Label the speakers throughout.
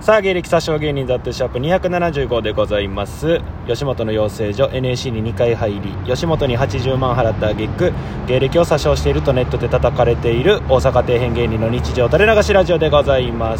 Speaker 1: さあ芸歴詐称芸人ザットシャープ275でございます。吉本の養成所 NSC に2回入り、吉本に80万払った挙句芸歴を詐称しているとネットで叩かれている大阪底辺芸人の日常垂れ流しラジオでございます。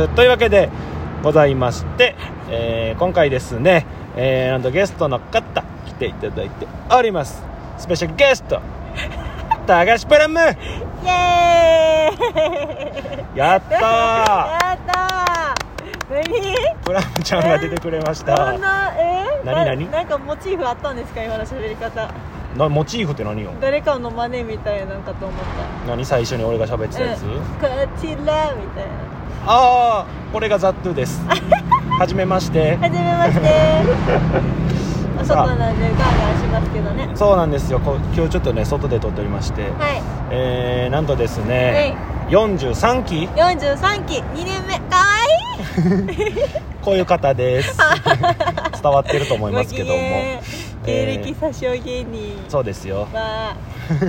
Speaker 1: というわけでございまして、今回ですね、なんとゲストの方来ていただいております。スペシャルゲスト高橋プラム、イ
Speaker 2: エーイ
Speaker 1: やったー
Speaker 2: やったー。何
Speaker 1: プラムちゃんが出てくれました。
Speaker 2: どんな
Speaker 1: 何
Speaker 2: なんかモチーフあったんですか、今の喋り方。
Speaker 1: モチーフって何よ。
Speaker 2: 誰かの真似みたいなんかと思った。
Speaker 1: 何、最初に俺が喋ってたやつ、
Speaker 2: こちらみたいな。
Speaker 1: ああ、これがザットゥですはじめまして
Speaker 2: はじめまして外なんでガーガーしますけどね。
Speaker 1: そうなんですよ。今日ちょっとね外で撮っておりまして、
Speaker 2: はい、
Speaker 1: なんとですね、43期
Speaker 2: 43期2年目、かわいい
Speaker 1: こういう方です伝わってると思いますけども、
Speaker 2: 芸歴詐称芸人、
Speaker 1: そうですよ。
Speaker 2: まあ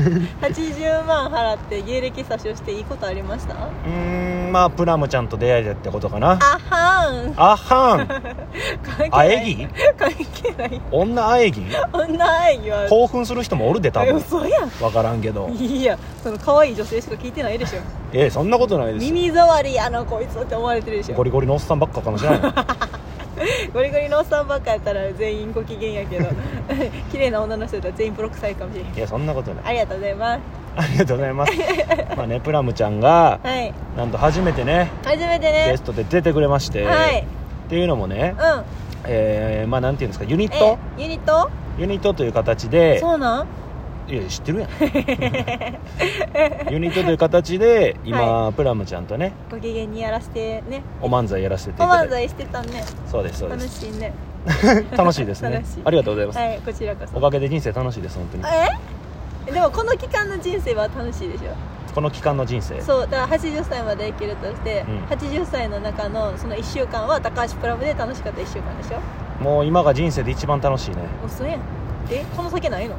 Speaker 2: 80万払って芸歴詐称していいことありました？
Speaker 1: まあプラムちゃんと出会えたってことかな。
Speaker 2: あはん
Speaker 1: あはんあえぎ
Speaker 2: 関係ない。
Speaker 1: 女あえぎ
Speaker 2: 女あえぎは
Speaker 1: 興奮する人もおるで多分。
Speaker 2: 嘘やん。
Speaker 1: 分からんけど、
Speaker 2: いや、その可愛い女性しか聞いてないでしょ。
Speaker 1: そんなことないです。
Speaker 2: 耳障りやなこいつって思われてるでしょ。
Speaker 1: ゴリゴリのおっさんばっかかもしれない
Speaker 2: ゴリゴリのおっさんばっかやったら全員ご機嫌やけど綺麗な女の人だったら全員ブロックされるかもしれない。
Speaker 1: いやそんなことない。
Speaker 2: ありがとうございます。
Speaker 1: ありがとうございますまあね、プラムちゃんが、
Speaker 2: はい、
Speaker 1: なんと初めてねゲストで出てくれまして、
Speaker 2: はい、
Speaker 1: っていうのもね、まあなんていうんですか、ユニットという形で。
Speaker 2: そうなん？
Speaker 1: いや知ってるやんユニットという形で今、プラムちゃんとね
Speaker 2: ご機嫌にやらせてね、
Speaker 1: お漫才やらせていただいて。
Speaker 2: お漫才してたね。
Speaker 1: そうですそうで
Speaker 2: 楽
Speaker 1: す。
Speaker 2: しいね
Speaker 1: 楽しいですね
Speaker 2: 楽しい。
Speaker 1: ありがとうございます、
Speaker 2: はい、こちらこそ。
Speaker 1: おかげで人生楽しいです本当に。
Speaker 2: でもこの期間の人生は楽しいでしょ。
Speaker 1: この期間の人生、
Speaker 2: そうだから80歳まで生きるとして、80歳の中のその1週間は高橋プラムで楽しかった1週間でしょ。
Speaker 1: もう今が人生で一番楽しいね。
Speaker 2: 嘘やん。この先ないの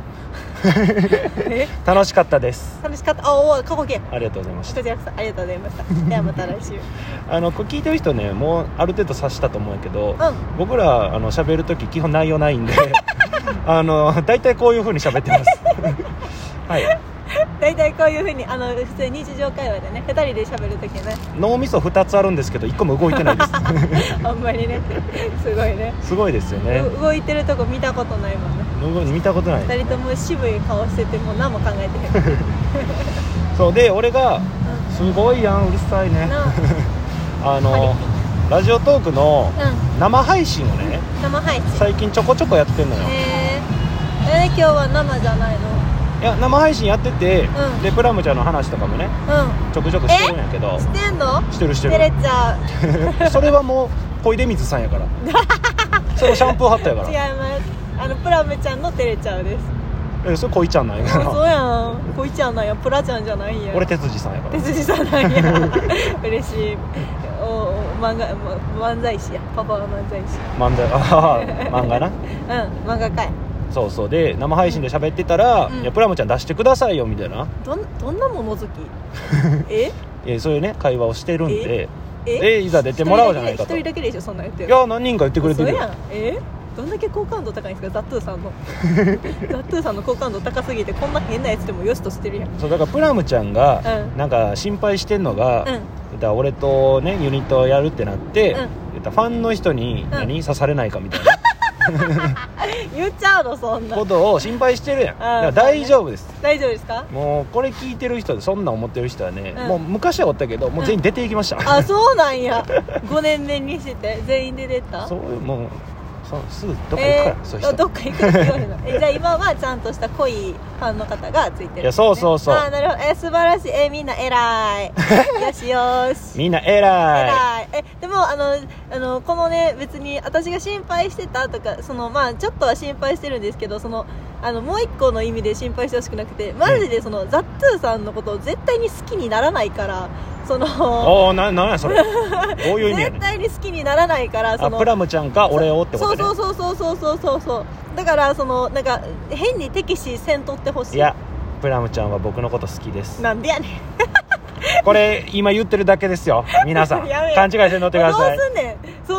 Speaker 1: 楽しかったです。
Speaker 2: 楽しかった。おお、過去形。
Speaker 1: ありがとうございました。
Speaker 2: こちらこそありがとうございましたではまた来週
Speaker 1: これ聞いてる人ね、もうある程度察したと思うんやけど、僕ら喋るとき基本内容ないんでだいたいこういう風に喋ってますはい、
Speaker 2: だいたいこういう風に普通に日常会話でね、2人で喋るときね、
Speaker 1: 脳みそ2つあるんですけど1個も動いてないです
Speaker 2: あんまりねすごいね。
Speaker 1: すごいですよね。
Speaker 2: 動いてるとこ見たことないもんね。
Speaker 1: 見たことない。
Speaker 2: 2人とも渋い顔しててもう何も考えてへん
Speaker 1: そうで、俺がすごいやん、うるさいねラジオトークの生配信をね、最近ちょこちょこやってんのよ。
Speaker 2: 今日は生じゃないの？
Speaker 1: いや、生配信やってて、でプラムちゃんの話とかもね、ちょくちょくしてるんやけど。
Speaker 2: してんの？
Speaker 1: してる
Speaker 2: 照れちゃ
Speaker 1: うそれはもう小出水さんやからそれシャンプーハットやから。
Speaker 2: 違います、プラムちゃんの照れちゃうです。
Speaker 1: それ恋ちゃんなんやから。
Speaker 2: そうやん、恋ちゃんなんや、プラちゃんじゃないんや。
Speaker 1: 俺哲司さんやから。
Speaker 2: 哲司さんなんや嬉しい。漫才師や、パパは漫才師。
Speaker 1: 漫画な
Speaker 2: 漫画かい。
Speaker 1: そうそう。で生配信で喋ってたら、いやプラムちゃん出してくださいよみたいな。
Speaker 2: どんな物好き
Speaker 1: そういうね会話をしてるんで、いざ出てもらおうじゃないかと。
Speaker 2: 一人だけでしょそんな言ってる。
Speaker 1: いや何人か言ってくれてるよ。
Speaker 2: そうやん。どんだけ好感度高いんですか、ザットゥーさんのザットゥーさんの好感度高すぎてこんな変なやつでもよしとしてるやん。
Speaker 1: そうだからプラムちゃんがなんか心配してんのが、俺とねユニットやるってなって、ファンの人に刺されないかみたいな
Speaker 2: 言っちゃうのそんな
Speaker 1: ことを心配してるやん。だから大丈夫です。
Speaker 2: 大丈夫ですか？
Speaker 1: もうこれ聞いてる人でそんな思ってる人はね、もう昔はおったけどもう全員出ていきました、
Speaker 2: あ、そうなんや5年目にして全員で出た。
Speaker 1: そうもうすぐどっか行くから、そういう人
Speaker 2: どっか行くって言われるのじゃあ今はちゃんとした濃いファンの方がついてる、ね、
Speaker 1: いやそうそうそう。
Speaker 2: あ、なるほど。素晴らしい。みんな偉いよしよし
Speaker 1: みんな偉い。
Speaker 2: でもこのね、別に私が心配してたとかまあちょっとは心配してるんですけど、もう一個の意味で心配してほしくなくて、マジでザットゥーさんのことを絶対に好きにならないから、
Speaker 1: なんやそれどういう意味やねん。
Speaker 2: 絶対に好きにならないから、
Speaker 1: プラムちゃんか俺をってことね。
Speaker 2: そうだからなんか変に敵視せんとってほしい。
Speaker 1: いやプラムちゃんは僕のこと好きです。
Speaker 2: なんでやねん
Speaker 1: これ今言ってるだけですよ皆さん勘違いして乗ってください。
Speaker 2: どうすんねん。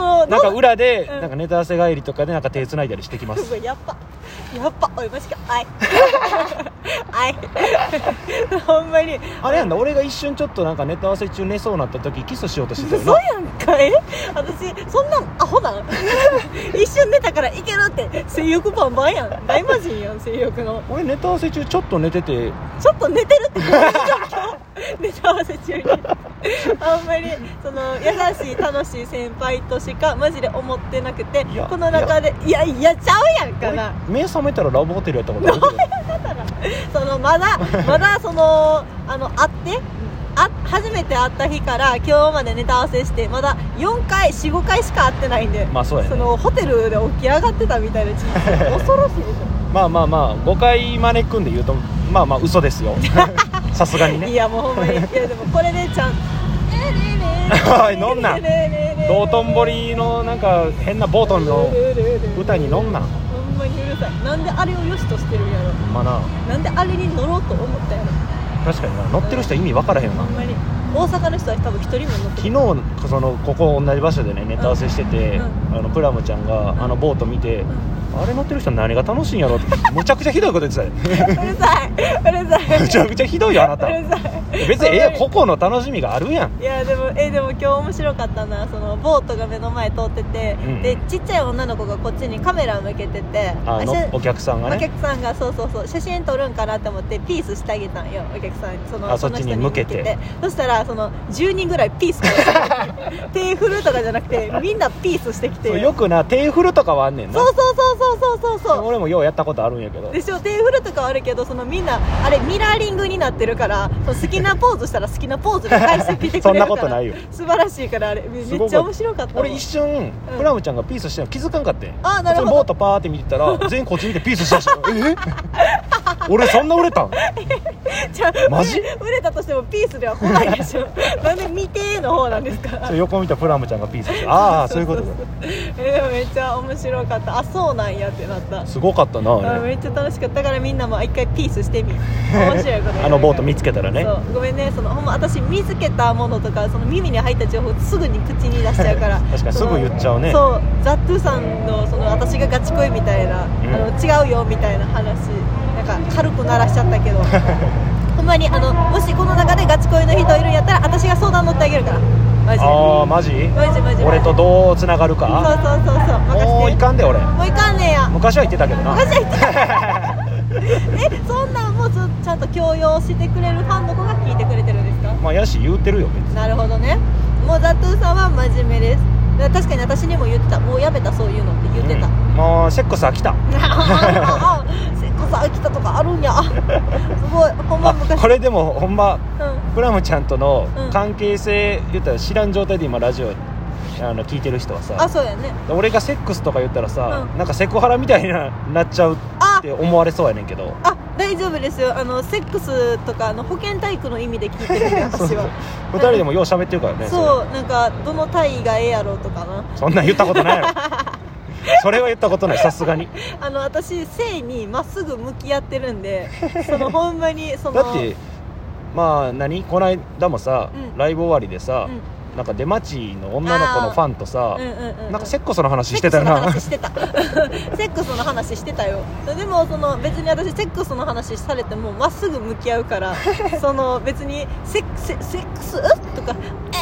Speaker 2: の
Speaker 1: なんか裏で、
Speaker 2: うん
Speaker 1: なんかネタ合わせ帰りとかでなんか手繋いだりしてきます
Speaker 2: やっぱおいマジかはいはいほんまに
Speaker 1: あれやんだ、俺が一瞬ちょっとなんかネタ合わせ中寝そうになった時キスしようとしてたよ
Speaker 2: 嘘
Speaker 1: な。
Speaker 2: やんか私そんなんアホなん一瞬寝たからいけるって性欲バンバンやん大魔人やん性欲の
Speaker 1: 俺ネタ合わせ中ちょっと寝てて、
Speaker 2: ちょっと寝てるってどういう状況ネタ合わせ中にあんまりその優しい楽しい先輩としかマジで思ってなくて、
Speaker 1: いや
Speaker 2: この中でいやちゃうやんかな
Speaker 1: 俺目覚めたらラブホテルやったことあるけど
Speaker 2: そのまだその会って初めて会った日から今日までネタ合わせしてまだ4回4、5回しか会ってないんで、
Speaker 1: まあそうやね、
Speaker 2: そのホテルで起き上がってたみたいな人生恐ろしいでし
Speaker 1: まあ5回招くんで言うとまあ嘘ですよさすがに
Speaker 2: ょい
Speaker 1: ね。
Speaker 2: やもうほんまにいやでもこれでちゃん
Speaker 1: おい乗んな道頓堀のなんか変なボートの歌に乗んな。
Speaker 2: ほんまにうるさい。なんであれを良しとしてるんやろ。
Speaker 1: まあな、
Speaker 2: なんであれに乗ろうと思ったんやろ。
Speaker 1: 確かにな、乗ってる人意味分からへんよな。
Speaker 2: ほんまに大阪の人は多分一人も乗って
Speaker 1: 昨
Speaker 2: る。
Speaker 1: 日ここ同じ場所でねネタ合わせしてて、プラムちゃんがボート見て、あれ乗ってる人何が楽しいんやろってむちゃくちゃひどいこと言ってたよ
Speaker 2: うるさいうるさい
Speaker 1: むちゃくちゃひどいよあなた。
Speaker 2: うるさい
Speaker 1: 別に個々の楽しみがあるやん。
Speaker 2: いやでも今日面白かったな。そのボートが目の前通ってて、
Speaker 1: うん
Speaker 2: でちっちゃい女の子がこっちにカメラを向けてて、
Speaker 1: お客さんが
Speaker 2: お
Speaker 1: ね、
Speaker 2: 客さんがそう写真撮るんかなと思ってピースしてあげたんよお客さんに。
Speaker 1: そっちに向けて
Speaker 2: そしたら10人ぐらいピースして手振るとかじゃなくてみんなピースしてきて、
Speaker 1: そうよくな手振るとかはあんねんな。
Speaker 2: そう
Speaker 1: 俺もようやったことあるんやけど、
Speaker 2: でしょ。手振るとかはあるけどみんなあれミラーリングになってるから好きなポーズしたら好きなポーズで返してきてくれるから
Speaker 1: そんなことないよ。
Speaker 2: 素晴らしいからあれめっちゃ面白かったわ。
Speaker 1: 俺一瞬、プラムちゃんがピースしてるの気づかんかってん。
Speaker 2: あなるほど
Speaker 1: ボートパーって見てたら全員こっち見てピースしてました俺そんな売れたん
Speaker 2: じゃあ
Speaker 1: マジ
Speaker 2: 売れたとしてもピースでは来ないでしょなんで見てーの方なんですか。
Speaker 1: 横見たプラムちゃんがピースしてああそういうことか。
Speaker 2: めっちゃ面白かった。あそうなんやってなった。
Speaker 1: すごかったなあれ。
Speaker 2: めっちゃ楽しかったからみんなも一回ピースしてみ面白いこと
Speaker 1: ボート見つけたらね。
Speaker 2: そうごめんねほんま私見つけたものとか耳に入った情報すぐに口に出しちゃうから
Speaker 1: 確かにすぐ言っちゃうね。
Speaker 2: そうザットゥさんの私がガチ恋みたいな、違うよみたいな話なんか軽く鳴らしちゃったけどほんまにもしこの中でガチ恋の人いるんやったら私が相談乗ってあげるからマジで。
Speaker 1: ああマジ俺とどうつながるか。
Speaker 2: そう任せて。
Speaker 1: もういかんで俺。
Speaker 2: もういかんねや。
Speaker 1: 昔は言ってたけどな。
Speaker 2: 昔は言ってたそんなんもうちゃんと強要してくれるファンの子が聞いてくれてるんですか。
Speaker 1: まあやし言うてるよ別に。
Speaker 2: なるほどね。もうザトゥーさんは真面目です。確かに私にも言ってた。もうやめたそういうのって言ってた、
Speaker 1: もうセックス飽きた
Speaker 2: セックス飽きたとかあるんやすごいほんま昔
Speaker 1: これでもほんま、プラムちゃんとの
Speaker 2: うん
Speaker 1: 関係性言ったら知らん状態で今ラジオ聞いてる人はさ、
Speaker 2: あそうやね。
Speaker 1: 俺がセックスとか言ったらさ、
Speaker 2: うん
Speaker 1: なんかセクハラみたいななっちゃうって思われそうやねんけど。
Speaker 2: 大丈夫ですよ。セックスとか保健体育の意味で聞いてるんで私は
Speaker 1: 2人でもよう喋ってるからね。
Speaker 2: そうなんかどの体位がええやろうとかな。
Speaker 1: そんなん言ったことないやろそれは言ったことないさすがに。
Speaker 2: 私性にまっすぐ向き合ってるんでほんまに
Speaker 1: だってまあこの間もさ、ライブ終わりでさ、なんか出待ちの女の子のファンとさ、なんかセックスの話してたよな。
Speaker 2: セックスの話してたよ。でも別に私セックスの話されてもまっすぐ向き合うから別にセックスとか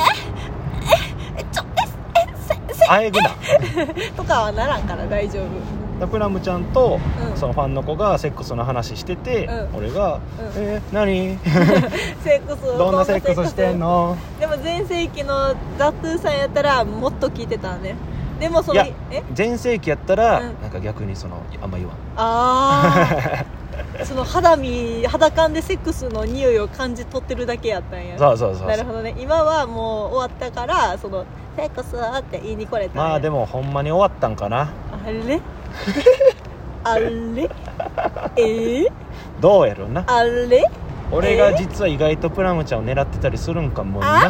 Speaker 1: あえぐな
Speaker 2: とかはならんから大丈夫。
Speaker 1: プラムちゃんと、そのファンの子がセックスの話してて、俺が何
Speaker 2: セックス
Speaker 1: どんなセックスしてんの。
Speaker 2: でも全盛期のザ・トゥーさんやったらもっと聞いてたね。でも
Speaker 1: いや全盛期やったら、なんか逆にあんま言わん
Speaker 2: 肌感でセックスの匂いを感じ取ってるだけやったんや。
Speaker 1: そう
Speaker 2: なるほどね。今はもう終わったからセックスって言いに来れたんや。
Speaker 1: まあでもほんまに終わったんかな。
Speaker 2: あれあれ
Speaker 1: どうやろうな。
Speaker 2: あれ
Speaker 1: 俺が実は意外とプラムちゃんを狙ってたりするんかもな。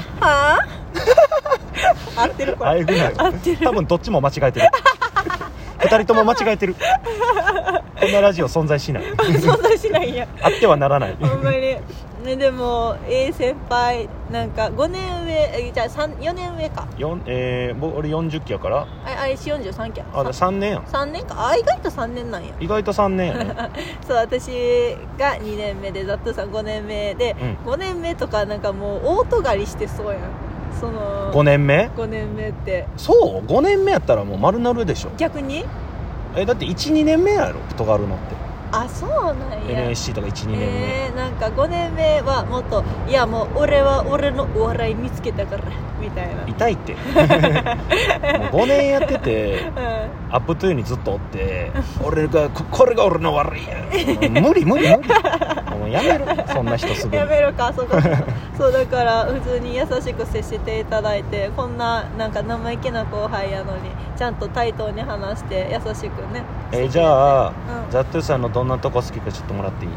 Speaker 2: 合ってるこれ。合ってる。
Speaker 1: 多分どっちも間違えてる2人とも間違えてるこんなラジオ存在しない
Speaker 2: 存在しないんや。
Speaker 1: あってはならない
Speaker 2: ほんまにでも先輩なんか5年上じゃあ4年上か
Speaker 1: 俺40期やから
Speaker 2: あれ43期や
Speaker 1: 3年やん
Speaker 2: 3年か意外と3年なんや
Speaker 1: 意外と3年やね
Speaker 2: そう私が2年目でザットゥさん5年目で、5年目とかなんかもうオート狩りしてそうやんその
Speaker 1: 5年目
Speaker 2: 5年目って
Speaker 1: そう5年目やったらもう丸なるでしょ
Speaker 2: 逆に
Speaker 1: だって 1,2 年目やろ太がるのって
Speaker 2: あそうなんや
Speaker 1: NSC とか 1,2 年目
Speaker 2: なんか5年目はもっといやもう俺は俺のお笑い見つけたからみたいな
Speaker 1: 痛いってもう5年やってて、アップトゥーにずっとおって俺がこれが俺の悪いや無理もうやめろそんな人すぐに
Speaker 2: やめろかそうだから普通に優しく接していただいてこんななんか生意気な後輩やのにちゃんと対等に話して優しくね
Speaker 1: じゃあ、ザットゥさんのどんなとこ好きかちょっともらっていい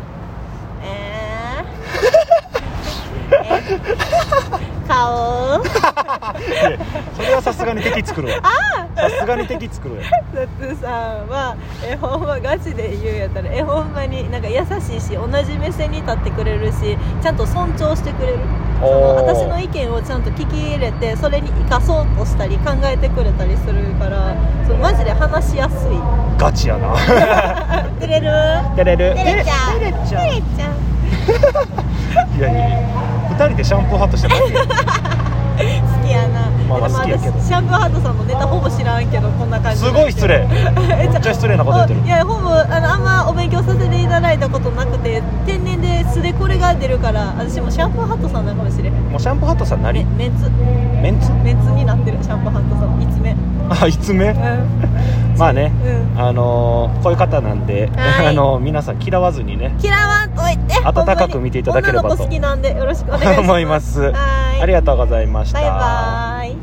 Speaker 2: 顔
Speaker 1: それはさすがに敵作るわさすがに敵作るわ
Speaker 2: ザットゥさんはほんまガチで言うんやったらほんまになんか優しいし同じ目線に立ってくれるしちゃんと尊重してくれるその私の意見をちゃんと聞き入れてそれに生かそうとしたり考えてくれたりするからマジで話しやすい
Speaker 1: ガチやな
Speaker 2: 照れる
Speaker 1: 照れる
Speaker 2: 照れちゃう
Speaker 1: いや2人でシャンプーハットしてないよ
Speaker 2: 好きやな、
Speaker 1: まあ好きやけど
Speaker 2: シャンプーハットさんのネタほぼ知らんけどこんな感じ
Speaker 1: すごい失礼めっちゃ失礼なこと言ってる
Speaker 2: いやほぼあんまお勉強させていただいたことなくて天然で素でこれが出るから私もシャンプーハットさんなのかもしれへん
Speaker 1: もうシャンプーハットさん何
Speaker 2: メンツになってるシャンプーハットさんいつ目
Speaker 1: いつ目まあね、こういう方なんで、皆さん嫌わずにね
Speaker 2: 嫌わんといて
Speaker 1: 温かく見ていただければと
Speaker 2: 女の子好きなんでよろしくお願いします
Speaker 1: 思います。ありがとうございました。
Speaker 2: バイバーイ。